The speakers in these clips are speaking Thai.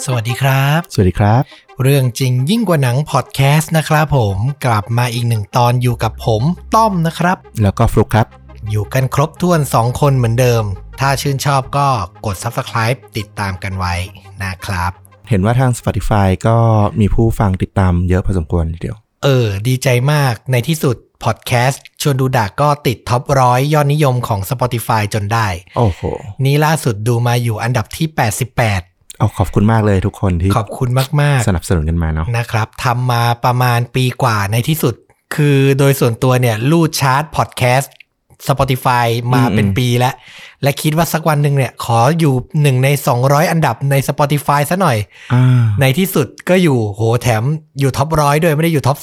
สวัสดีครับสวัสดีครับเรื่องจริงยิ่งกว่าหนังพอดแคสต์นะครับผมกลับมาอีกหนึ่งตอนอยู่กับผมต้อมนะครับแล้วก็ฟลุ๊กครับอยู่กันครบถ้วน2คนเหมือนเดิมถ้าชื่นชอบก็กด Subscribe ติดตามกันไว้นะครับเห็นว่าทาง Spotify ก็มีผู้ฟังติดตามเยอะพอสมควรทีเดียวดีใจมากในที่สุดพอดแคสต์ชวนดูดะก็ติดท็อป100ยอดนิยมของ Spotify จนได้โอ้โหนี่ล่าสุดดูมาอยู่อันดับที่88 ขอบคุณมากเลยทุกคนที่ขอบคุณมากๆสนับสนุนกันมาเนาะนะครับทำมาประมาณปีกว่าในที่สุดคือโดยส่วนตัวเนี่ยลูดชาร์ตพอดแคสต์ Spotify มาเป็นปีแล้วและคิดว่าสักวันหนึ่งเนี่ยขออยู่1ใน200อันดับใน Spotify ซะหน่อยในที่สุดก็อยู่แถมอยู่ท็อป100ด้วยไม่ได้อยู่ท็อป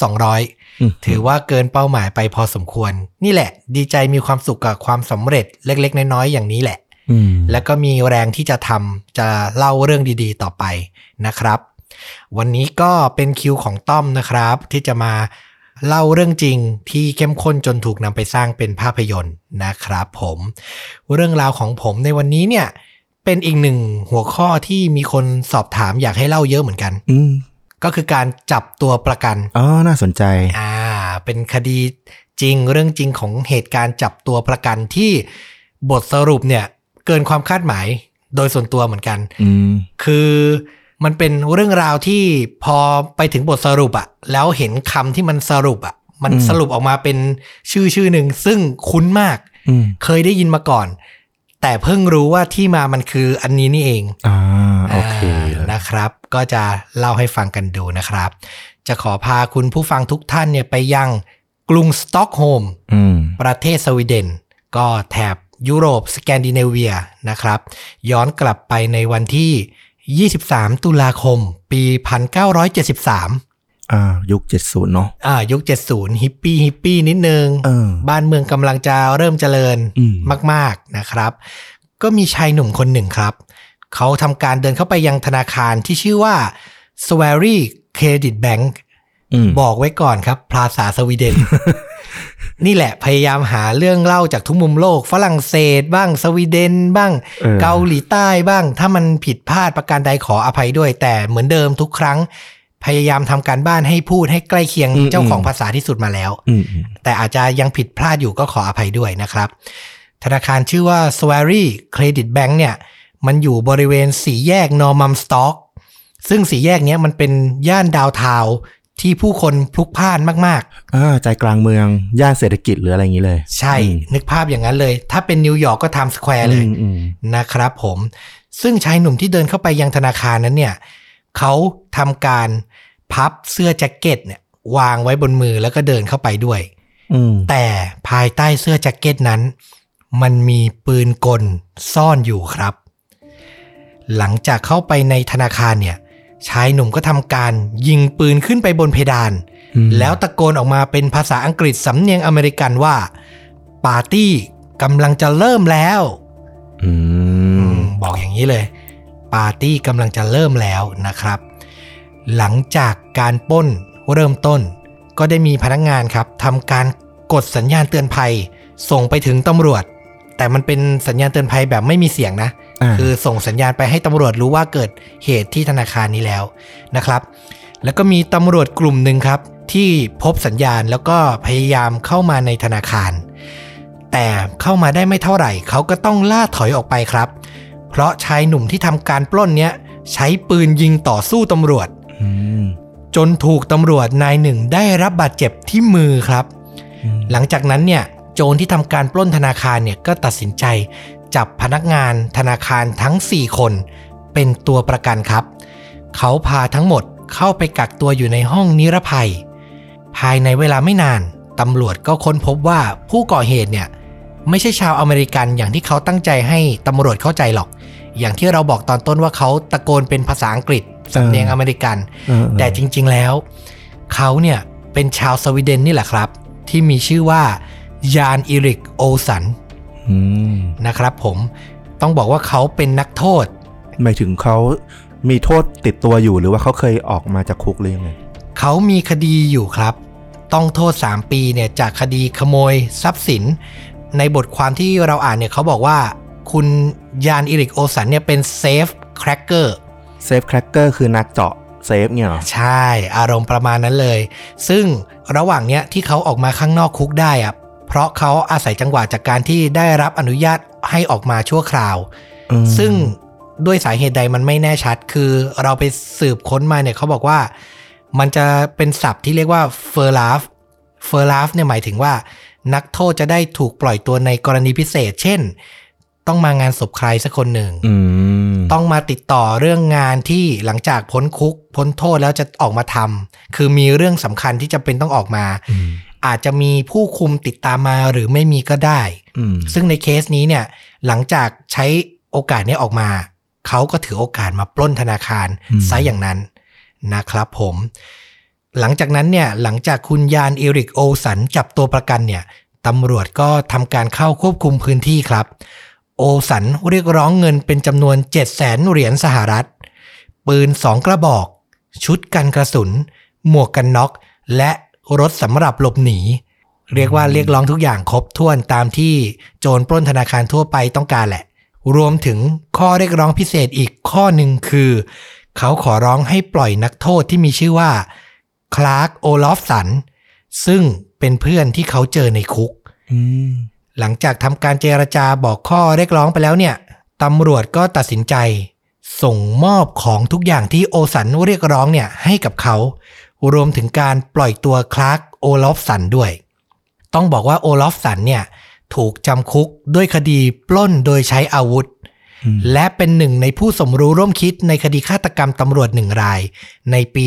200ถือว่าเกินเป้าหมายไปพอสมควรนี่แหละดีใจมีความสุขกับความสำเร็จเล็กๆน้อยๆอย่างนี้แหละแล้วก็มีแรงที่จะเล่าเรื่องดีๆต่อไปนะครับวันนี้ก็เป็นคิวของต้อมนะครับที่จะมาเล่าเรื่องจริงที่เข้มข้นจนถูกนำไปสร้างเป็นภาพยนตร์นะครับผมเรื่องราวของผมในวันนี้เนี่ยเป็นอีกหนึ่งหัวข้อที่มีคนสอบถามอยากให้เล่าเยอะเหมือนกันก็คือการจับตัวประกันน่าสนใจเป็นคดีจริงเรื่องจริงของเหตุการณ์จับตัวประกันที่บทสรุปเนี่ยเกินความคาดหมายโดยส่วนตัวเหมือนกันคือมันเป็นเรื่องราวที่พอไปถึงบทสรุปอะแล้วเห็นคำที่มันสรุปอะมันสรุปออกมาเป็นชื่อหนึ่งซึ่งคุ้นมากเคยได้ยินมาก่อนแต่เพิ่งรู้ว่าที่มามันคืออันนี้นี่เองโอเคนะครับก็จะเล่าให้ฟังกันดูนะครับจะขอพาคุณผู้ฟังทุกท่านเนี่ยไปยังกรุงสต็อกโฮล์มประเทศสวีเดนก็แถบยุโรปสแกนดิเนเวียนะครับย้อนกลับไปในวันที่23ตุลาคมปี1973 ยุค70เนาะยุค70ฮิปปี้นิดนึงบ้านเมืองกำลังจะเริ่มเจริญมากๆนะครับก็มีชายหนุ่มคนหนึ่งครับเขาทำการเดินเข้าไปยังธนาคารที่ชื่อว่า Sverige Credit Bank บอกไว้ก่อนครับภาษาสวีเดน นี่แหละพยายามหาเรื่องเล่าจากทุกมุมโลกฝรั่งเศสบ้างสวีเดนบ้างเกาหลีใต้บ้างถ้ามันผิดพลาดประการใดขออภัยด้วยแต่เหมือนเดิมทุกครั้งพยายามทำการบ้านให้พูดให้ใกล้เคียงเจ้าของภาษาที่สุดมาแล้วแต่อาจจะยังผิดพลาดอยู่ก็ขออภัยด้วยนะครับธนาคารชื่อว่า Sverige Credit Bank เนี่ยมันอยู่บริเวณสี่แยกนอร์มัมสต็อกซึ่งสี่แยกนี้มันเป็นย่านดาวน์ทาวน์ที่ผู้คนพลุกพล่านมากๆใจกลางเมืองย่านเศรษฐกิจหรืออะไรอย่างนี้เลยใช่นึกภาพอย่างนั้นเลยถ้าเป็นนิวยอร์กก็ไทม์สแควร์เลยนะครับผมซึ่งชายหนุ่มที่เดินเข้าไปยังธนาคารนั้นเนี่ยเขาทำการพับเสื้อแจ็คเก็ตเนี่ยวางไว้บนมือแล้วก็เดินเข้าไปด้วยแต่ภายใต้เสื้อแจ็คเก็ตนั้นมันมีปืนกลซ่อนอยู่ครับหลังจากเข้าไปในธนาคารเนี่ยชายหนุ่มก็ทำการยิงปืนขึ้นไปบนเพดานแล้วตะโกนออกมาเป็นภาษาอังกฤษสำเนียงอเมริกันว่าปาร์ตี้กำลังจะเริ่มแล้วบอกอย่างนี้เลยปาร์ตี้กำลังจะเริ่มแล้วนะครับหลังจากการปล้นเริ่มต้นก็ได้มีพนักงานครับทำการกดสัญญาณเตือนภัยส่งไปถึงตำรวจแต่มันเป็นสัญญาณเตือนภัยแบบไม่มีเสียงนะคือส่งสัญญาณไปให้ตำรวจรู้ว่าเกิดเหตุที่ธนาคารนี้แล้วนะครับแล้วก็มีตำรวจกลุ่มหนึ่งครับที่พบสัญญาณแล้วก็พยายามเข้ามาในธนาคารแต่เข้ามาได้ไม่เท่าไหร่เขาก็ต้องล่าถอยออกไปครับเพราะชายหนุ่มที่ทำการปล้นเนี้ยใช้ปืนยิงต่อสู้ตำรวจจนถูกตำรวจนายหนึ่งได้รับบาดเจ็บที่มือครับหลังจากนั้นเนี่ยโจรที่ทำการปล้นธนาคารเนี่ยก็ตัดสินใจจับพนักงานธนาคารทั้ง4คนเป็นตัวประกันครับเขาพาทั้งหมดเข้าไปกักตัวอยู่ในห้องนิรภัยภายในเวลาไม่นานตำรวจก็ค้นพบว่าผู้ก่อเหตุเนี่ยไม่ใช่ชาวอเมริกันอย่างที่เขาตั้งใจให้ตำรวจเข้าใจหรอกอย่างที่เราบอกตอนต้นว่าเขาตะโกนเป็นภาษาอังกฤษสำเนียงอเมริกันแต่จริงๆแล้วเขาเนี่ยเป็นชาวสวีเดนนี่แหละครับที่มีชื่อว่ายานอิริกโอสันนะครับผมต้องบอกว่าเขาเป็นนักโทษหมายถึงเขามีโทษติดตัวอยู่หรือว่าเขาเคยออกมาจากคุกหรือยังไงเขามีคดีอยู่ครับต้องโทษ3ปีเนี่ยจากคดีขโมยทรัพย์สินในบทความที่เราอ่านเนี่ยเขาบอกว่าคุณยานอิริกโอสันเนี่ยเป็นเซฟแครกเกอร์เซฟแครกเกอร์คือนักเจาะเซฟเนี่ยเหรอใช่อารมณ์ประมาณนั้นเลยซึ่งระหว่างเนี้ยที่เขาออกมาข้างนอกคุกได้อะเพราะเขาอาศัยจังหวะจากการที่ได้รับอนุญาตให้ออกมาชั่วคราวซึ่งด้วยสาเหตุใดมันไม่แน่ชัดคือเราไปสืบค้นมาเนี่ยเขาบอกว่ามันจะเป็นศัพท์ที่เรียกว่าเฟอร์ลาฟเนี่ยหมายถึงว่านักโทษจะได้ถูกปล่อยตัวในกรณีพิเศษเช่นต้องมางานศพใครสักคนหนึ่งต้องมาติดต่อเรื่องงานที่หลังจากพ้นคุกพ้นโทษแล้วจะออกมาทำคือมีเรื่องสำคัญที่จำเป็นต้องออกมาอาจจะมีผู้คุมติดตามมาหรือไม่มีก็ได้ซึ่งในเคสนี้เนี่ยหลังจากใช้โอกาสนี้ออกมาเขาก็ถือโอกาสมาปล้นธนาคารซะอย่างนั้นนะครับผมหลังจากนั้นเนี่ยหลังจากคุณยานเอริกโอสันจับตัวประกันเนี่ยตำรวจก็ทำการเข้าควบคุมพื้นที่ครับโอสันเรียกร้องเงินเป็นจำนวน 700,000 เหรียญสหรัฐปืน2กระบอกชุดกันกระสุนหมวกกันน็อกและรถสำหรับหลบหนีเรียกว่าเรียกร้องทุกอย่างครบถ้วนตามที่โจรปล้นธนาคารทั่วไปต้องการแหละรวมถึงข้อเรียกร้องพิเศษอีกข้อหนึ่งคือเขาขอร้องให้ปล่อยนักโทษที่มีชื่อว่าคลาร์กโอลอฟสันซึ่งเป็นเพื่อนที่เขาเจอในคุกหลังจากทำการเจรจาบอกข้อเรียกร้องไปแล้วเนี่ยตำรวจก็ตัดสินใจส่งมอบของทุกอย่างที่โอสันเรียกร้องเนี่ยให้กับเขารวมถึงการปล่อยตัวคลาร์กโอลอฟสันด้วยต้องบอกว่าโอลอฟสันเนี่ยถูกจำคุกด้วยคดีปล้นโดยใช้อาวุธและเป็นหนึ่งในผู้สมรู้ร่วมคิดในคดีฆาตกรรมตำรวจ1 รายในปี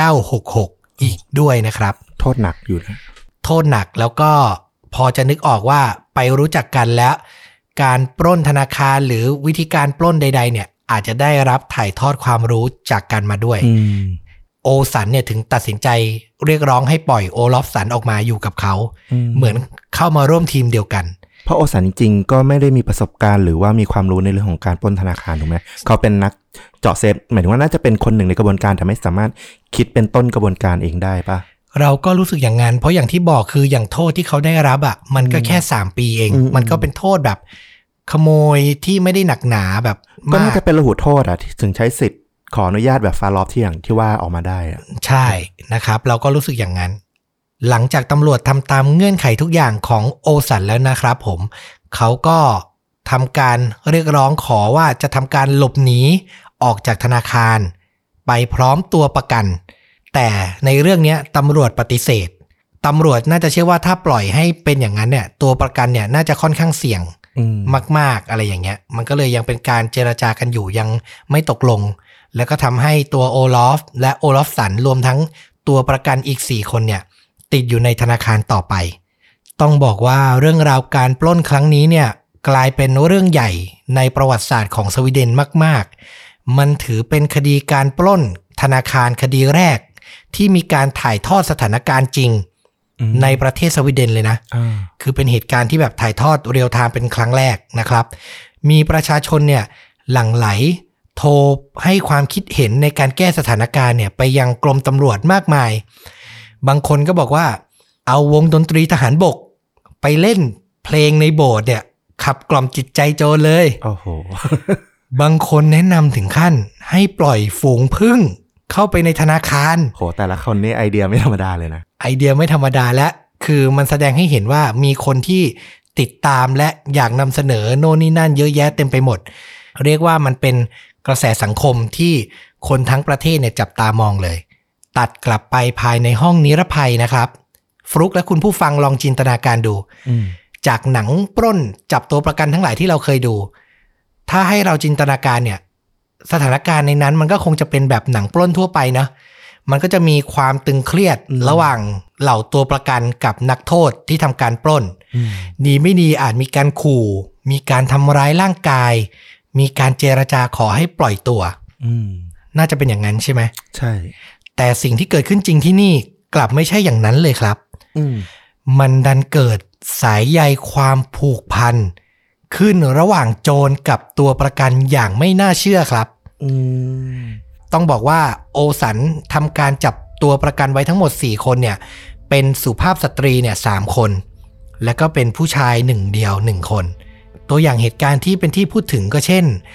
1966อีกด้วยนะครับโทษหนักอยู่นะโทษหนักแล้วก็พอจะนึกออกว่าไปรู้จักกันแล้วการปล้นธนาคารหรือวิธีการปล้นใดๆเนี่ยอาจจะได้รับถ่ายทอดความรู้จากกันมาด้วยโอสันเนี่ยถึงตัดสินใจเรียกร้องให้ปล่อยโอลอฟสันออกมาอยู่กับเขาเหมือนเข้ามาร่วมทีมเดียวกันเพราะโอสันจริงๆก็ไม่ได้มีประสบการณ์หรือว่ามีความรู้ในเรื่องของการปล้นธนาคารถูกไหมเขาเป็นนักเจาะเซฟหมายถึงว่าน่าจะเป็นคนหนึ่งในกระบวนการแต่ไม่สามารถคิดเป็นต้นกระบวนการเองได้ปะเราก็รู้สึกอย่างนั้นเพราะอย่างที่บอกคืออย่างโทษที่เขาได้รับอ่ะมันก็แค่3 ปีเองมันก็เป็นโทษแบบขโมยที่ไม่ได้หนักหนาแบบก็น่าจะเป็นระหุโทษอ่ะถึงใช้สิทธิ์ขออนุญาตแบบฟาลอฟที่อย่างที่ว่าออกมาได้อ่ะใช่นะครับเราก็รู้สึกอย่างนั้นหลังจากตำรวจทำตามเงื่อนไขทุกอย่างของโอสันแล้วนะครับผมเขาก็ทำการเรียกร้องขอว่าจะทำการหลบหนีออกจากธนาคารไปพร้อมตัวประกันแต่ในเรื่องนี้ตำรวจปฏิเสธตำรวจน่าจะเชื่อว่าถ้าปล่อยให้เป็นอย่างนั้นเนี่ยตัวประกันเนี่ยน่าจะค่อนข้างเสี่ยงมากๆอะไรอย่างเงี้ยมันก็เลยยังเป็นการเจรจากันอยู่ยังไม่ตกลงแล้วก็ทำให้ตัวโอลอฟและโอลอฟสันรวมทั้งตัวประกันอีก4 คนเนี่ยติดอยู่ในธนาคารต่อไปต้องบอกว่าเรื่องราวการปล้นครั้งนี้เนี่ยกลายเป็นเรื่องใหญ่ในประวัติศาสตร์ของสวีเดนมากๆมันถือเป็นคดีการปล้นธนาคารคดีแรกที่มีการถ่ายทอดสถานการณ์จริงในประเทศสวีเดนเลยนะคือเป็นเหตุการณ์ที่แบบถ่ายทอดเรียลไทม์เป็นครั้งแรกนะครับมีประชาชนเนี่ยหลั่งไหลโทรให้ความคิดเห็นในการแก้สถานการณ์เนี่ยไปยังกรมตำรวจมากมายบางคนก็บอกว่าเอาวงดนตรีทหารบกไปเล่นเพลงในโบสถ์เนี่ยขับกล่อมจิตใจโจรเลยโอ้โหบางคนแนะนำถึงขั้นให้ปล่อยฝูงผึ้งเข้าไปในธนาคารโหแต่ละคนนี่ไอเดียไม่ธรรมดาเลยนะไอเดียไม่ธรรมดาและคือมันแสดงให้เห็นว่ามีคนที่ติดตามและอยากนำเสนอโน่นนี่นั่นเยอะแยะเต็มไปหมดเรียกว่ามันเป็นกระแสสังคมที่คนทั้งประเทศเนี่ยจับตามองเลยตัดกลับไปภายในห้องนิรภัยนะครับฟลุกและคุณผู้ฟังลองจินตนาการดูจากหนังปล้นจับตัวประกันทั้งหลายที่เราเคยดูถ้าให้เราจินตนาการเนี่ยสถานการณ์ในนั้นมันก็คงจะเป็นแบบหนังปล้นทั่วไปนะมันก็จะมีความตึงเครียดระหว่างเหล่าตัวประกันกับนักโทษที่ทำการปล้นดีไม่ดีอาจมีการขู่มีการทำร้ายร่างกายมีการเจรจาขอให้ปล่อยตัวน่าจะเป็นอย่างนั้นใช่ไหมใช่แต่สิ่งที่เกิดขึ้นจริงที่นี่กลับไม่ใช่อย่างนั้นเลยครับมันดันเกิดสายใยความผูกพันขึ้นระหว่างโจรกับตัวประกันอย่างไม่น่าเชื่อครับต้องบอกว่าโอสันทำการจับตัวประกันไว้ทั้งหมด4 คนเนี่ยเป็นสุภาพสตรีเนี่ย3 คนแล้วก็เป็นผู้ชาย1 เดียว1 คนตัวอย่างเหตุการณ์ที่เป็นที่พูดถึงก็เช่น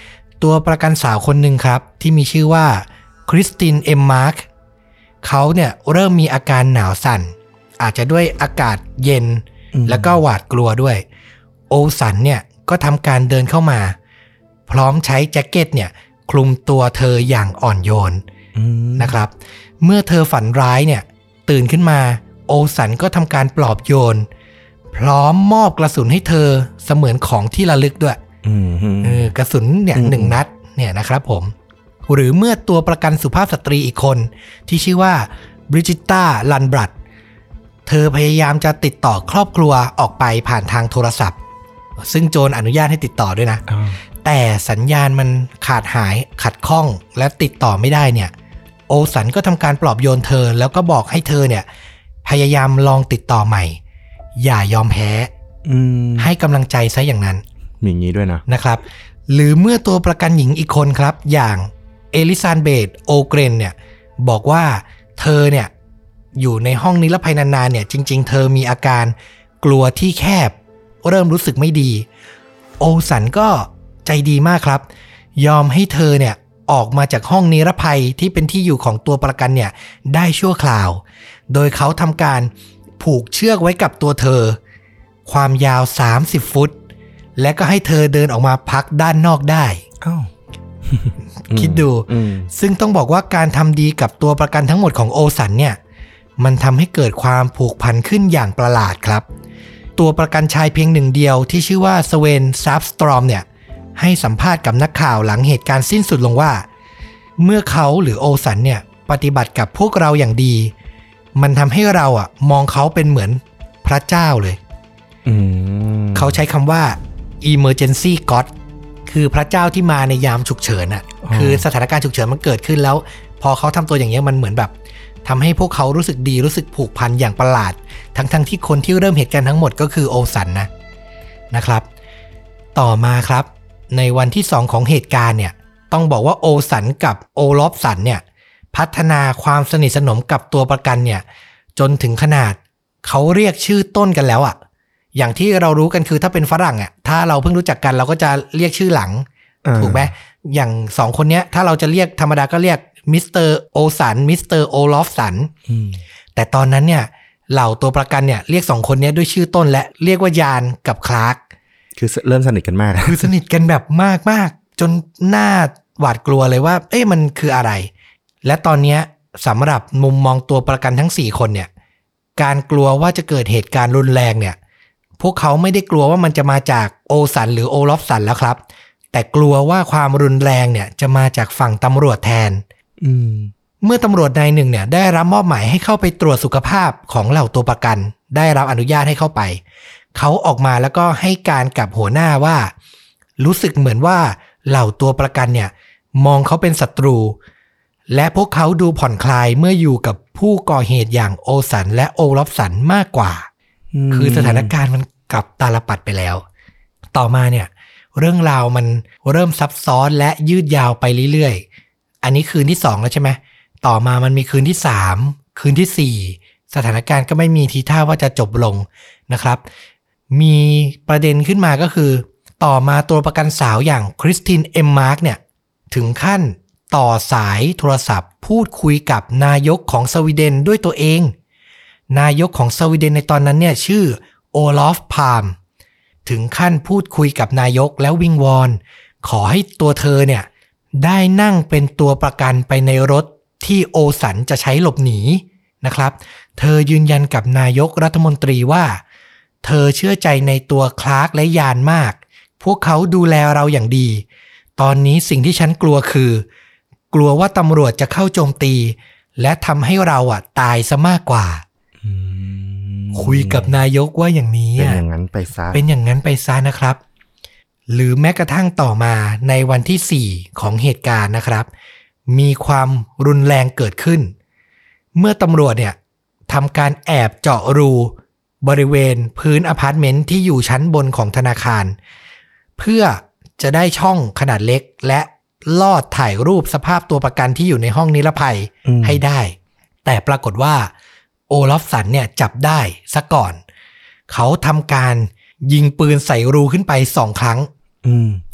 ตัวประกันสาวคนหนึ่งครับที่มีชื่อว่าคริสตินเอ็มมาร์คเขาเนี่ยเริ่มมีอาการหนาวสั่นอาจจะด้วยอากาศเย็นแล้วก็หวาดกลัวด้วยโอสันเนี่ยก็ทำการเดินเข้ามาพร้อมใช้แจ็คเก็ตเนี่ยคลุมตัวเธออย่างอ่อนโยนนะครับเมื่อเธอฝันร้ายเนี่ยตื่นขึ้นมาโอสันก็ทำการปลอบโยนพร้อมมอบกระสุนให้เธอเสมือนของที่ระลึกด้วยกระสุนเนี่ย1 นัดเนี่ยนะครับผมหรือเมื่อตัวประกันสุภาพสตรีอีกคนที่ชื่อว่าบริจิต้าลันบรัดเธอพยายามจะติดต่อครอบครัวออกไปผ่านทางโทรศัพท์ซึ่งโจรอนุญาตให้ติดต่อด้วยนะแต่สัญญาณมันขาดหายขัดข้องและติดต่อไม่ได้เนี่ยโอสันก็ทำการปลอบโยนเธอแล้วก็บอกให้เธอเนี่ยพยายามลองติดต่อใหม่อย่ายอมแพ้ให้กำลังใจซะอย่างนั้นอย่างนี้ด้วยนะครับหรือเมื่อตัวประกันหญิงอีกคนครับอย่างเอลิซาเบธโอเกรนเนี่ยบอกว่าเธอเนี่ยอยู่ในห้องนิรภัยนานๆเนี่ยจริงๆเธอมีอาการกลัวที่แคบเริ่มรู้สึกไม่ดีโอสันก็ใจดีมากครับยอมให้เธอเนี่ยออกมาจากห้องนิรภัยที่เป็นที่อยู่ของตัวประกันเนี่ยได้ชั่วคราวโดยเขาทำการผูกเชือกไว้กับตัวเธอความยาว30 ฟุตและก็ให้เธอเดินออกมาพักด้านนอกได้คิดดูซึ่งต้องบอกว่าการทำดีกับตัวประกันทั้งหมดของโอสันเนี่ยมันทำให้เกิดความผูกพันขึ้นอย่างประหลาดครับตัวประกันชายเพียงหนึ่งเดียวที่ชื่อว่าสเวนซับสตรอมเนี่ยให้สัมภาษณ์กับนักข่าวหลังเหตุการณ์สิ้นสุดลงว่าเมื่อเขาหรือโอสันเนี่ยปฏิบัติกับพวกเราอย่างดีมันทำให้เราอ่ะมองเขาเป็นเหมือนพระเจ้าเลยเขาใช้คำว่า emergency god คือพระเจ้าที่มาในยามฉุกเฉินอ่ะคือสถานการณ์ฉุกเฉินมันเกิดขึ้นแล้วพอเขาทำตัวอย่างนี้มันเหมือนแบบทำให้พวกเขารู้สึกดีรู้สึกผูกพันอย่างประหลาดทั้งที่คนที่เริ่มเหตุการณ์ทั้งหมดก็คือโอสันนะครับต่อมาครับในวันที่2ของเหตุการณ์เนี่ยต้องบอกว่าโอสันกับโอลอฟสันเนี่ยพัฒนาความสนิทสนมกับตัวประกันเนี่ยจนถึงขนาดเขาเรียกชื่อต้นกันแล้วอ่ะอย่างที่เรารู้กันคือถ้าเป็นฝรั่งอ่ะถ้าเราเพิ่งรู้จักกันเราก็จะเรียกชื่อหลังถูกไหมอย่าง2คนเนี้ยถ้าเราจะเรียกธรรมดาก็เรียกมิสเตอร์โอสันมิสเตอร์โอลอฟสันแต่ตอนนั้นเนี่ยเหล่าตัวประกันเนี่ยเรียก2คนนี้ด้วยชื่อต้นและเรียกว่ายานกับคลาร์กคือเริ่มสนิทกันมากคือสนิทกันแบบมากจนหน้าหวาดกลัวเลยว่ามันคืออะไรและตอนนี้สำหรับมุมมองตัวประกันทั้ง4คนเนี่ยการกลัวว่าจะเกิดเหตุการณ์รุนแรงเนี่ยพวกเขาไม่ได้กลัวว่ามันจะมาจากโอสันหรือโอลอฟสันแล้วครับแต่กลัวว่าความรุนแรงเนี่ยจะมาจากฝั่งตำรวจแทนเมื่อตำรวจนายหนึ่งเนี่ยได้รับมอบหมายให้เข้าไปตรวจสุขภาพของเหล่าตัวประกันได้รับอนุญาตให้เข้าไปเขาออกมาแล้วก็ให้การกับหัวหน้าว่ารู้สึกเหมือนว่าเหล่าตัวประกันเนี่ยมองเขาเป็นศัตรูและพวกเขาดูผ่อนคลายเมื่ออยู่กับผู้ก่อเหตุอย่างโอสันและโอลอฟสันมากกว่าคือสถานการณ์มันกลับตาลปัดไปแล้วต่อมาเนี่ยเรื่องราวมันเริ่มซับซ้อนและยืดยาวไปเรื่อยๆอันนี้คืนที่2แล้วใช่ไหมต่อมามันมีคืนที่3คืนที่4สถานการณ์ก็ไม่มีทีท่าว่าจะจบลงนะครับมีประเด็นขึ้นมาก็คือต่อมาตัวประกันสาวอย่างคริสตินเอ็มมาร์กเนี่ยถึงขั้นต่อสายโทรศัพท์พูดคุยกับนายกของสวีเดนด้วยตัวเองนายกของสวีเดนในตอนนั้นเนี่ยชื่อโอลอฟพาล์มถึงขั้นพูดคุยกับนายกแล้ววิงวอนขอให้ตัวเธอเนี่ยได้นั่งเป็นตัวประกันไปในรถที่โอสันจะใช้หลบหนีนะครับเธอยืนยันกับนายกรัฐมนตรีว่าเธอเชื่อใจในตัวคลาร์กและยานมากพวกเขาดูแลเราอย่างดีตอนนี้สิ่งที่ฉันกลัวคือกลัวว่าตำรวจจะเข้าโจมตีและทำให้เราตายซะมากกว่าคุยกับนายกว่าอย่างนี้เป็นอย่างนั้นไปซะเป็นอย่างนั้นไปซะนะครับหรือแม้กระทั่งต่อมาในวันที่4ของเหตุการณ์นะครับมีความรุนแรงเกิดขึ้นเมื่อตำรวจเนี่ยทำการแอบเจาะรูบริเวณพื้นอพาร์ตเมนต์ที่อยู่ชั้นบนของธนาคารเพื่อจะได้ช่องขนาดเล็กและลอดถ่ายรูปสภาพตัวประกันที่อยู่ในห้องนิรภัยให้ได้แต่ปรากฏว่าโอลอฟสันเนี่ยจับได้ซะก่อนเขาทำการยิงปืนใส่รูขึ้นไป2 ครั้ง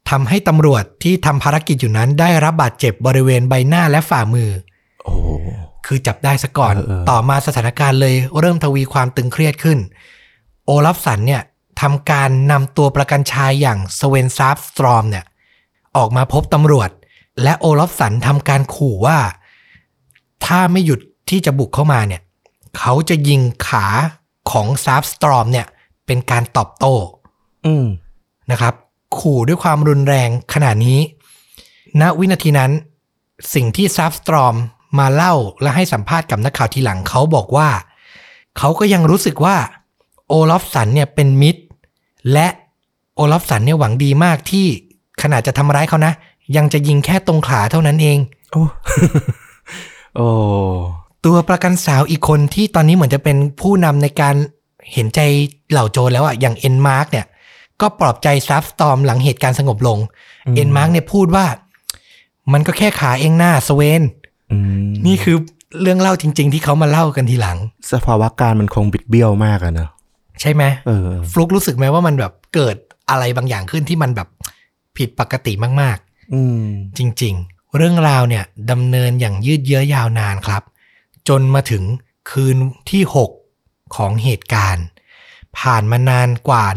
ทำให้ตำรวจที่ทำภารกิจอยู่นั้นได้รับบาดเจ็บบริเวณใบหน้าและฝ่ามือคือจับได้ซะก่อนต่อมาสถานการณ์เลยเริ่มทวีความตึงเครียดขึ้นโอลัฟสันเนี่ยทำการนำตัวประกันชายอย่างสเวนซาร์ฟสตรอมเนี่ยออกมาพบตำรวจและโอลัฟสันทำการขู่ว่าถ้าไม่หยุดที่จะบุกเข้ามาเนี่ยเขาจะยิงขาของซาร์ฟสตรอมเนี่ยเป็นการตอบโต้นะครับขู่ด้วยความรุนแรงขนาดนี้ณวินาทีนั้นสิ่งที่ซาร์ฟสตรอมมาเล่าและให้สัมภาษณ์กับนักข่าวทีหลังเขาบอกว่าเขาก็ยังรู้สึกว่าโอลัฟสันเนี่ยเป็นมิตรและโอลัฟสันเนี่ยหวังดีมากที่ขนาดจะทำร้ายเขานะยังจะยิงแค่ตรงขาเท่านั้นเองโอ้ตัวประกันสาวอีกคนที่ตอนนี้เหมือนจะเป็นผู้นำในการเห็นใจเหล่าโจรแล้วอ่ะอย่างเอ็นมาร์กเนี่ยก็ปลอบใจซาร์ฟสตอร์มหลังเหตุการณ์สงบลงเอ็นมาร์กเนี่ยพูดว่ามันก็แค่ขาเองหน้าสเวนนี่คือเรื่องเล่าจริงๆที่เขามาเล่ากันทีหลังสภาวะการมันคงบิดเบี้ยวมากอะเนอะใช่ไหมฟลุกรู้สึกไหมว่ามันแบบเกิดอะไรบางอย่างขึ้นที่มันแบบผิดปกติมากๆจริงๆเรื่องราวเนี่ยดำเนินอย่างยืดเยื้อยาวนานครับจนมาถึงคืนที่6ของเหตุการณ์ผ่านมานานกว่า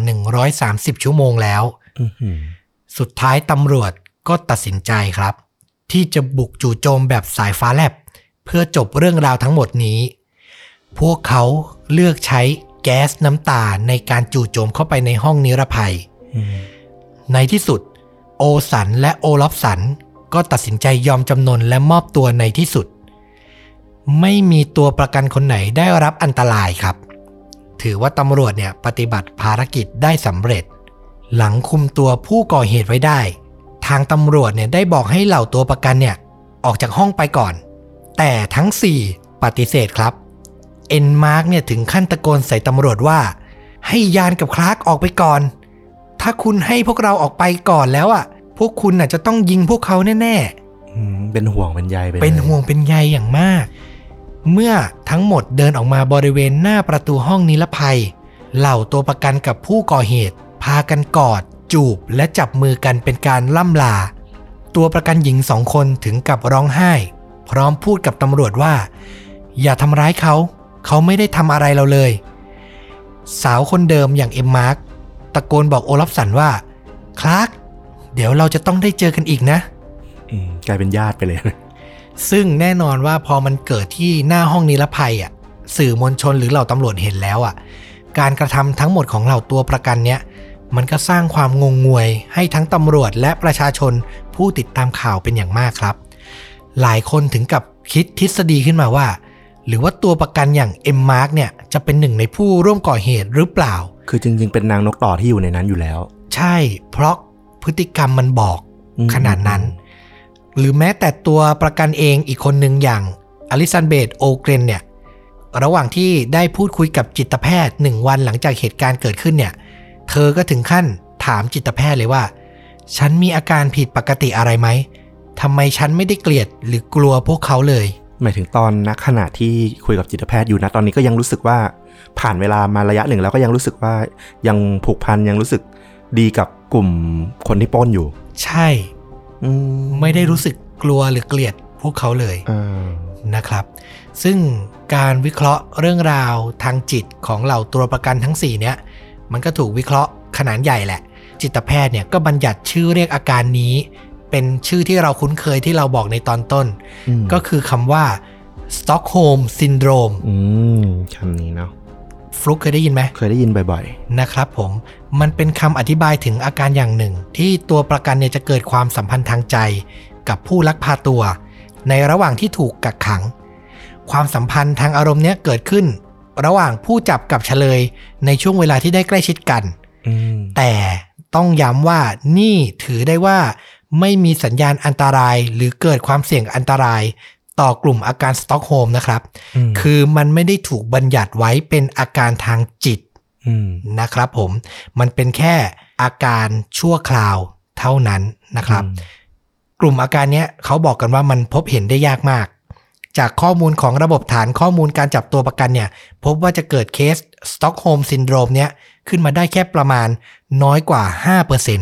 130ชั่วโมงแล้วสุดท้ายตำรวจก็ตัดสินใจครับที่จะบุกจู่โจมแบบสายฟ้าแลบเพื่อจบเรื่องราวทั้งหมดนี้พวกเขาเลือกใช้แก๊สน้ำตาในการจู่โจมเข้าไปในห้องนิรภัยในที่สุดโอสันและโอลัฟสันก็ตัดสินใจยอมจำนนและมอบตัวในที่สุดไม่มีตัวประกันคนไหนได้รับอันตรายครับถือว่าตำรวจเนี่ยปฏิบัติภารกิจได้สำเร็จหลังคุมตัวผู้ก่อเหตุไว้ได้ทางตำรวจเนี่ยได้บอกให้เหล่าตัวประกันเนี่ยออกจากห้องไปก่อนแต่ทั้ง4ปฏิเสธครับเอ็นมาร์กเนี่ยถึงขั้นตะโกนใส่ตำรวจว่าให้ยานกับคลาร์กออกไปก่อนถ้าคุณให้พวกเราออกไปก่อนแล้วอ่ะพวกคุณน่ะจะต้องยิงพวกเขาแน่ๆเป็นห่วงเป็นใยเป็นห่วงเป็นใยอย่างมากเมื่อทั้งหมดเดินออกมาบริเวณหน้าประตูห้องนิรภัยเหล่าตัวประกันกับผู้ก่อเหตุพากันกอดจูบและจับมือกันเป็นการล่ำลาตัวประกันหญิง2 คนถึงกับร้องไห้พร้อมพูดกับตำรวจว่าอย่าทำร้ายเขาไม่ได้ทำอะไรเราเลยสาวคนเดิมอย่างเอ็มมาร์กตะโกนบอกโอลัฟสันว่าคลาร์กเดี๋ยวเราจะต้องได้เจอกันอีกนะกลายเป็นญาติไปเลยซึ่งแน่นอนว่าพอมันเกิดที่หน้าห้องนิรภัยอ่ะสื่อมวลชนหรือเหล่าตำรวจเห็นแล้วอ่ะการกระทำทั้งหมดของเหล่าตัวประกันเนี้ยมันก็สร้างความงงงวยให้ทั้งตำรวจและประชาชนผู้ติดตามข่าวเป็นอย่างมากครับหลายคนถึงกับคิดทฤษฎีขึ้นมาว่าหรือว่าตัวประกันอย่างเอ็มมาร์กเนี่ยจะเป็นหนึ่งในผู้ร่วมก่อเหตุหรือเปล่าคือจริงๆเป็นนางนกต่อที่อยู่ในนั้นอยู่แล้วใช่เพราะพฤติกรรมมันบอกขนาดนั้นหรือแม้แต่ตัวประกันเองอีกคนหนึ่งอย่างอลิซันเบธโอเกรนเนี่ยระหว่างที่ได้พูดคุยกับจิตแพทย์1 วันหลังจากเหตุการณ์เกิดขึ้นเนี่ยเธอก็ถึงขั้นถามจิตแพทย์เลยว่าฉันมีอาการผิดปกติอะไรไหมทำไมฉันไม่ได้เกลียดหรือกลัวพวกเขาเลยหมายถึงตอนณขณะที่คุยกับจิตแพทย์อยู่นะตอนนี้ก็ยังรู้สึกว่าผ่านเวลามาระยะหนึ่งแล้วก็ยังรู้สึกว่ายังผูกพันยังรู้สึกดีกับกลุ่มคนที่ปล้นอยู่ใช่ไม่ได้รู้สึกกลัวหรือเกลียดพวกเขาเลยนะครับซึ่งการวิเคราะห์เรื่องราวทางจิตของเหล่าตัวประกันทั้ง4เนี้ยมันก็ถูกวิเคราะห์ขนาดใหญ่แหละจิตแพทย์เนี่ยก็บัญญัติชื่อเรียกอาการนี้เป็นชื่อที่เราคุ้นเคยที่เราบอกในตอนต้นก็คือคำว่า Stockholm Syndrome คำนี้เนาะฟลุกเคยได้ยินไหมเคยได้ยินบ่อยๆนะครับผมมันเป็นคำอธิบายถึงอาการอย่างหนึ่งที่ตัวประกันเนี่ยจะเกิดความสัมพันธ์ทางใจกับผู้ลักพาตัวในระหว่างที่ถูกกักขังความสัมพันธ์ทางอารมณ์เนี้ยเกิดขึ้นระหว่างผู้จับกับเฉลยในช่วงเวลาที่ได้ใกล้ชิดกันแต่ต้องย้ำว่านี่ถือได้ว่าไม่มีสัญญาณอันตรายหรือเกิดความเสี่ยงอันตรายต่อกลุ่มอาการสต็อกโฮล์มนะครับคือมันไม่ได้ถูกบัญญัติไว้เป็นอาการทางจิตนะครับผมมันเป็นแค่อาการชั่วคราวเท่านั้นนะครับกลุ่มอาการนี้เขาบอกกันว่ามันพบเห็นได้ยากมากจากข้อมูลของระบบฐานข้อมูลการจับตัวประกันเนี่ยพบว่าจะเกิดเคสสต็อกโฮล์มซินโดรมเนี้ยขึ้นมาได้แค่ประมาณน้อยกว่า 5%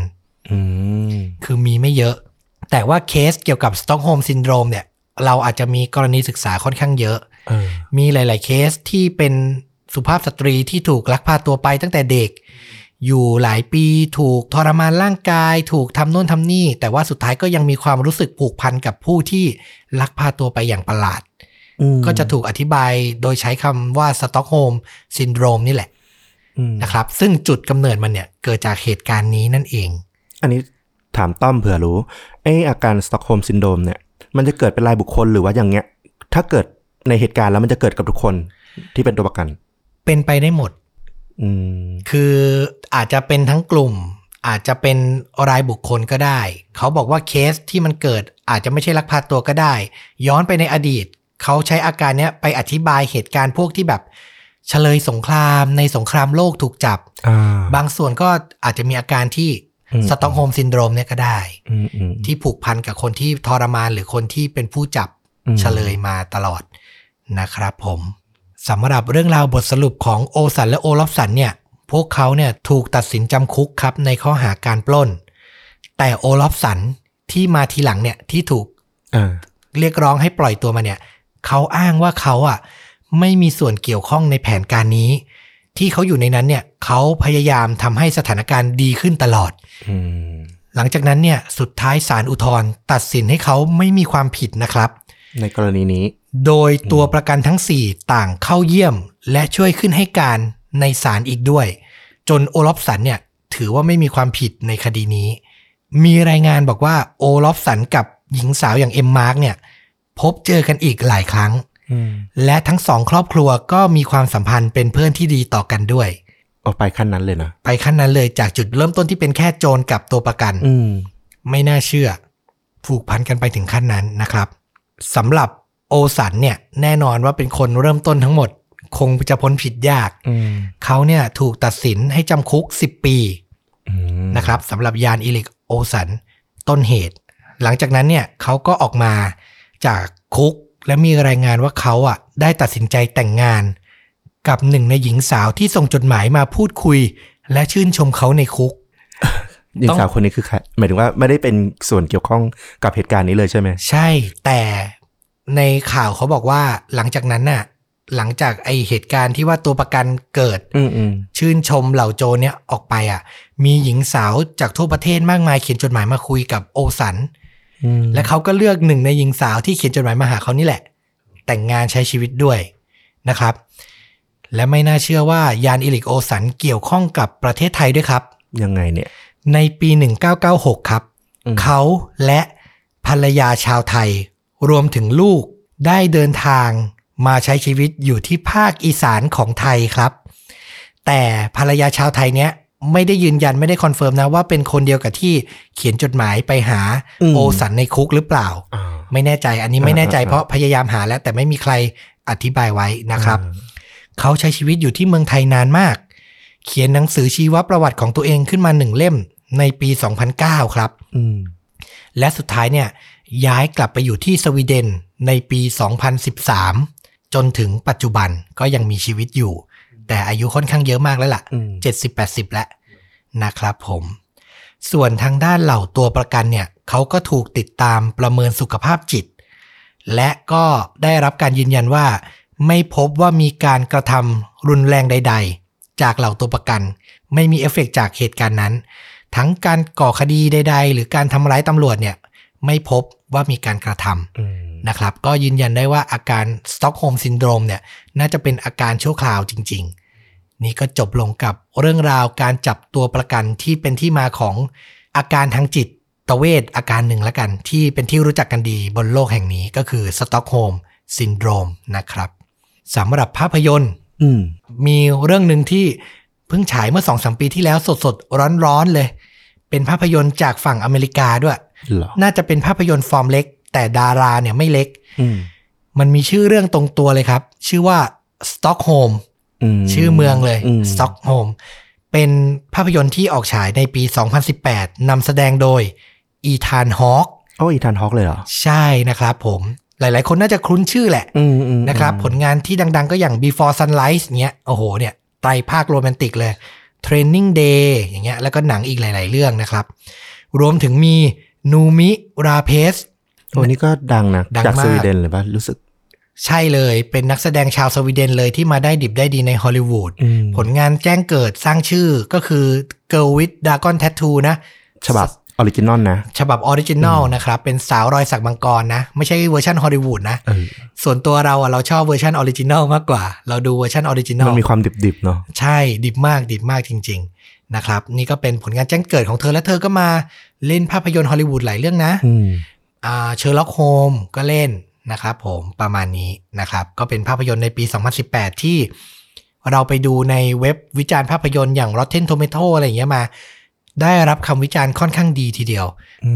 คือมีไม่เยอะแต่ว่าเคสเกี่ยวกับสต็อกโฮล์มซินโดรมเนี่ยเราอาจจะมีกรณีศึกษาค่อนข้างเยอะมีหลายๆเคสที่เป็นสุภาพสตรีที่ถูกลักพาตัวไปตั้งแต่เด็กอยู่หลายปีถูกทรมานร่างกายถูกทำโน่นทำนี่แต่ว่าสุดท้ายก็ยังมีความรู้สึกผูกพันกับผู้ที่ลักพาตัวไปอย่างประหลาดก็จะถูกอธิบายโดยใช้คำว่าสต็อกโฮล์มซินโดรมนี่แหละนะครับซึ่งจุดกำเนิดมันเนี่ยเกิดจากเหตุการณ์นี้นั่นเองอันนี้ถามต้อมเผื่อรู้อาการสต็อกโฮล์มซินโดรมเนี่ยมันจะเกิดเป็นรายบุคคลหรือว่าอย่างเงี้ยถ้าเกิดในเหตุการณ์แล้วมันจะเกิดกับทุกคนที่เป็นตัวประกันเป็นไปได้หมดคืออาจจะเป็นทั้งกลุ่มอาจจะเป็นรายบุคคลก็ได้เขาบอกว่าเคสที่มันเกิดอาจจะไม่ใช่ลักพาตัวก็ได้ย้อนไปในอดีตเขาใช้อาการเนี้ยไปอธิบายเหตุการณ์พวกที่แบบเฉลยสงครามในสงครามโลกถูกจับบางส่วนก็อาจจะมีอาการที่สต็อกโฮล์มซินโดรมเนี่ยก็ได้ที่ผูกพันกับคนที่ทรมานหรือคนที่เป็นผู้จับเฉลยมาตลอดนะครับผมสำหรับเรื่องราวบทสรุปของโอสันและโอลอฟสันเนี่ยพวกเขาเนี่ยถูกตัดสินจำคุกครับในข้อหาการปล้นแต่โอลอฟสันที่มาทีหลังเนี่ยที่ถูกเรียกร้องให้ปล่อยตัวมาเนี่ยเขาอ้างว่าเขาไม่มีส่วนเกี่ยวข้องในแผนการนี้ที่เขาอยู่ในนั้นเนี่ยเขาพยายามทำให้สถานการณ์ดีขึ้นตลอดหลังจากนั้นเนี่ยสุดท้ายศาลอุทธรณ์ตัดสินให้เขาไม่มีความผิดนะครับในกรณีนี้โดยตัวประกันทั้ง4ต่างเข้าเยี่ยมและช่วยขึ้นให้การในศาลอีกด้วยจนโอลอฟสันเนี่ยถือว่าไม่มีความผิดในคดีนี้มีรายงานบอกว่าโอลอฟสันกับหญิงสาวอย่างเอ็มมาร์กเนี่ยพบเจอกันอีกหลายครั้งและทั้งสองครอบครัวก็มีความสัมพันธ์เป็นเพื่อนที่ดีต่อกันด้วยเอาไปขั้นนั้นเลยนะไปขั้นนั้นเลยจากจุดเริ่มต้นที่เป็นแค่โจรกับตัวประกันไม่น่าเชื่อผูกพันกันไปถึงขั้นนั้นนะครับสำหรับโอสันเนี่ยแน่นอนว่าเป็นคนเริ่มต้นทั้งหมดคงจะพ้นผิดยากเขาเนี่ยถูกตัดสินให้จำคุก10 ปีนะครับสำหรับยานอิลิกโอสันต้นเหตุหลังจากนั้นเนี่ยเขาก็ออกมาจากคุกและมีรายงานว่าเขาได้ตัดสินใจแต่งงานกับหนึ่งในหญิงสาวที่ส่งจดหมายมาพูดคุยและชื่นชมเขาในคุกหญิงสาวคนนี้คือใครหมายถึงว่าไม่ได้เป็นส่วนเกี่ยวข้องกับเหตุการณ์นี้เลยใช่ไหมใช่แต่ในข่าวเขาบอกว่าหลังจากนั้นน่ะหลังจากไอเหตุการณ์ที่ว่าตัวประกันเกิดชื่นชมเหล่าโจรเนี่ยออกไปมีหญิงสาวจากทั่วประเทศมากมายเขียนจดหมายมาคุยกับโอสันและเขาก็เลือกหนึ่งในหญิงสาวที่เขียนจดหมายมาหาเขานี่แหละแต่งงานใช้ชีวิตด้วยนะครับและไม่น่าเชื่อว่ายานอิลิกโอสันเกี่ยวข้องกับประเทศไทยด้วยครับยังไงเนี่ยในปี1996ครับเขาและภรรยาชาวไทยรวมถึงลูกได้เดินทางมาใช้ชีวิตอยู่ที่ภาคอีสานของไทยครับแต่ภรรยาชาวไทยเนี้ยไม่ได้ยืนยันไม่ได้คอนเฟิร์มนะว่าเป็นคนเดียวกับที่เขียนจดหมายไปหาโอสันในคุกหรือเปล่าไม่แน่ใจอันนี้ไม่แน่ใจเพราะพยายามหาแล้วแต่ไม่มีใครอธิบายไว้นะครับเขาใช้ชีวิตอยู่ที่เมืองไทยนานมากเขียนหนังสือชีวประวัติของตัวเองขึ้นมา1 เล่มในปี 2009 ครับและสุดท้ายเนี่ยย้ายกลับไปอยู่ที่สวีเดนในปี 2013 จนถึงปัจจุบันก็ยังมีชีวิตอยู่แต่อายุค่อนข้างเยอะมากแล้วล่ะ 70-80 แล้วนะครับผมส่วนทางด้านเหล่าตัวประกันเนี่ยเขาก็ถูกติดตามประเมินสุขภาพจิตและก็ได้รับการยืนยันว่าไม่พบว่ามีการกระทำรุนแรงใดๆจากเหล่าตัวประกันไม่มีเอฟเฟกต์จากเหตุการณ์นั้นทั้งการก่อคดีใดๆหรือการทำร้ายตำรวจเนี่ยไม่พบว่ามีการกระทำนะครับก็ยืนยันได้ว่าอาการสต็อกโฮล์มซินโดรมเนี่ยน่าจะเป็นอาการชั่วคราวจริงๆนี่ก็จบลงกับเรื่องราวการจับตัวประกันที่เป็นที่มาของอาการทางจิตเวชอาการหนึ่งละกันที่เป็นที่รู้จักกันดีบนโลกแห่งนี้ก็คือสต็อกโฮล์มซินโดรมนะครับสำหรับภาพยนตร์มีเรื่องหนึ่งที่เพิ่งฉายเมื่อ 2-3 ปีที่แล้วสดๆร้อนๆเลยเป็นภาพยนตร์จากฝั่งอเมริกาด้วยน่าจะเป็นภาพยนตร์ฟอร์มเล็กแต่ดาราเนี่ยไม่เล็กมันมีชื่อเรื่องตรงตัวเลยครับชื่อว่าสต็อกโฮล์มชื่อเมืองเลยสต็อกโฮล์มเป็นภาพยนตร์ที่ออกฉายในปี 2018 นำแสดงโดยอีธานฮอคอีธานฮอคเลยเหรอใช่นะครับผมหลายๆคนน่าจะคุ้นชื่อแหละนะครับผลงานที่ดังๆก็อย่าง Before Sunrise เงี้ยโอ้โหเนี่ยไตรภาคโรแมนติกเลย Training Day อย่างเงี้ยแล้วก็หนังอีกหลายๆเรื่องนะครับรวมถึงมีนูมิราเพสโอ้นี่ก็ดังนะจากสวีเดนเลยป่ะรู้สึกใช่เลยเป็นนักแสดงชาวสวีเดนเลยที่มาได้ดิบได้ดีในฮอลลีวูดผลงานแจ้งเกิดสร้างชื่อก็คือ Girl with Dragon Tattoo นะฉบับออริจินอลนะฉบับออริจินอลนะครับเป็นสาวรอยสักมังกรนะไม่ใช่เวอร์ชันฮอลลีวูดนะส่วนตัวเราชอบเวอร์ชันออริจินอลมากกว่าเราดูเวอร์ชันออริจินอลมันมีความดิบๆเนาะใช่ดิบมากจริงๆนะครับนี่ก็เป็นผลงานแจ้งเกิดของเธอและเธอก็มาเล่นภาพยนตร์ฮอลลีวูดหลายเรื่องนะเชอร์ล็อกโฮมก็เล่นนะครับผมประมาณนี้นะครับก็เป็นภาพยนตร์ในปี2018ที่เราไปดูในเว็บวิจารณ์ภาพยนตร์อย่าง Rotten Tomato อะไรอย่างเงี้ยมาได้รับคำวิจารณ์ค่อนข้างดีทีเดียว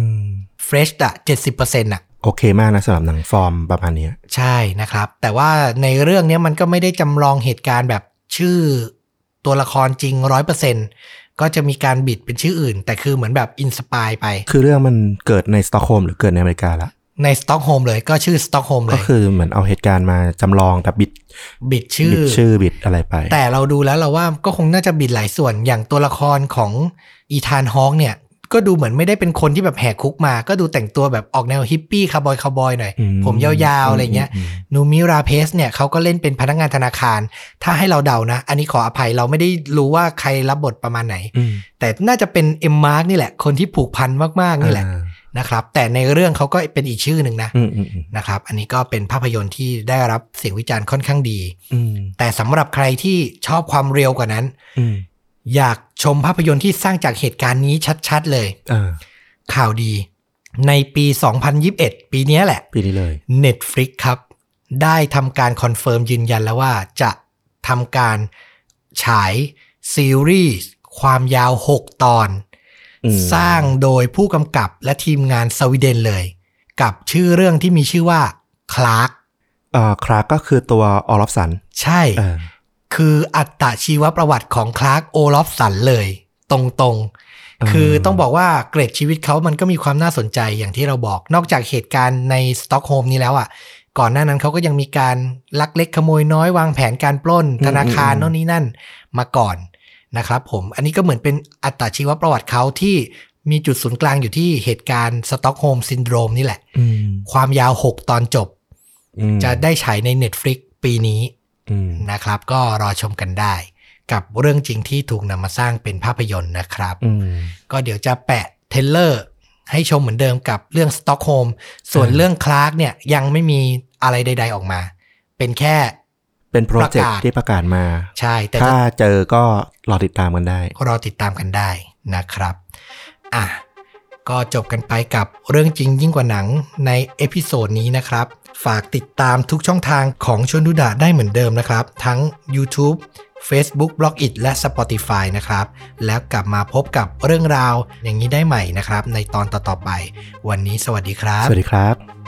Fresh อ่ะ 70% อ่ะโอเคมากนะสำหรับหนังฟอร์มประมาณนี้ใช่นะครับแต่ว่าในเรื่องนี้มันก็ไม่ได้จำลองเหตุการณ์แบบชื่อตัวละครจริง 100%ก็จะมีการบิดเป็นชื่ออื่นแต่คือเหมือนแบบอินสปายไปคือเรื่องมันเกิดในสต็อกโฮล์มหรือเกิดในอเมริกาละในสต็อกโฮล์มเลยก็ชื่อสต็อกโฮล์มเลยก็คือเหมือนเอาเหตุการณ์มาจำลองแต่บิดชื่อบิดอะไรไปแต่เราดูแล้วเราว่าก็คงน่าจะบิดหลายส่วนอย่างตัวละครของอีธานฮอกเนี่ยก็ดูเหมือนไม่ได้เป็นคนที่แบบแหกคุกมาก็ดูแต่งตัวแบบออกแนวฮิปปี้คาวบอยหน่อยผมยาวๆอะไรเงี้ยนูมิราเพสเนี่ยเขาก็เล่นเป็นพนักงานธนาคารถ้าให้เราเดานะอันนี้ขออภัยเราไม่ได้รู้ว่าใครรับบทประมาณไหนแต่น่าจะเป็นเอ็มมาร์กนี่แหละคนที่ผูกพันมากๆนี่แหละนะครับแต่ในเรื่องเขาก็เป็นอีกชื่อหนึ่งนะครับอันนี้ก็เป็นภาพยนตร์ที่ได้รับเสียงวิจารณ์ค่อนข้างดีแต่สำหรับใครที่ชอบความเรียวกว่านั้นอยากชมภาพยนตร์ที่สร้างจากเหตุการณ์นี้ชัดๆเลยข่าวดีในปี2021ปีนี้แหละปีนี้เลย Netflix ครับได้ทำการคอนเฟิร์มยืนยันแล้วว่าจะทำการฉายซีรีส์ความยาว6ตอนสร้างโดยผู้กำกับและทีมงานสวีเดนเลยกับชื่อเรื่องที่มีชื่อว่าคลาร์กก็คือตัวออลอฟสันใช่คืออัตชีวประวัติของคลาร์กโอลอฟสันเลยตรงๆคือต้องบอกว่าเกรดชีวิตเขามันก็มีความน่าสนใจอย่างที่เราบอกนอกจากเหตุการณ์ในสต็อกโฮล์มนี้แล้วอ่ะก่อนหน้านั้นเขาก็ยังมีการลักเล็กขโมยน้อยวางแผนการปล้นธนาคารโน่นนี่นั่นมาก่อนนะครับผมอันนี้ก็เหมือนเป็นอัตชีวประวัติเขาที่มีจุดศูนย์กลางอยู่ที่เหตุการณ์สต็อกโฮล์มซินโดรมนี่แหละความยาว6ตอนจบจะได้ฉายใน Netflix ปีนี้นะครับก็รอชมกันได้กับเรื่องจริงที่ถูกนำมาสร้างเป็นภาพยนตร์นะครับก็เดี๋ยวจะแปะเทรลเลอร์ให้ชมเหมือนเดิมกับเรื่องสต็อกโฮล์มส่วนเรื่องคลาร์กเนี่ยยังไม่มีอะไรใดๆออกมาเป็นแค่เป็นโปรเจกต์ที่ประกาศมาใช่แต่ถ้าเจอก็รอติดตามกันได้นะครับก็จบกันไปกับเรื่องจริงยิ่งกว่าหนังในเอพิโซดนี้นะครับฝากติดตามทุกช่องทางของชวนดูดะได้เหมือนเดิมนะครับทั้ง YouTube Facebook Blogit และ Spotify นะครับแล้วกลับมาพบกับเรื่องราวอย่างนี้ได้ใหม่นะครับในตอนต่อๆไปวันนี้สวัสดีครับสวัสดีครับ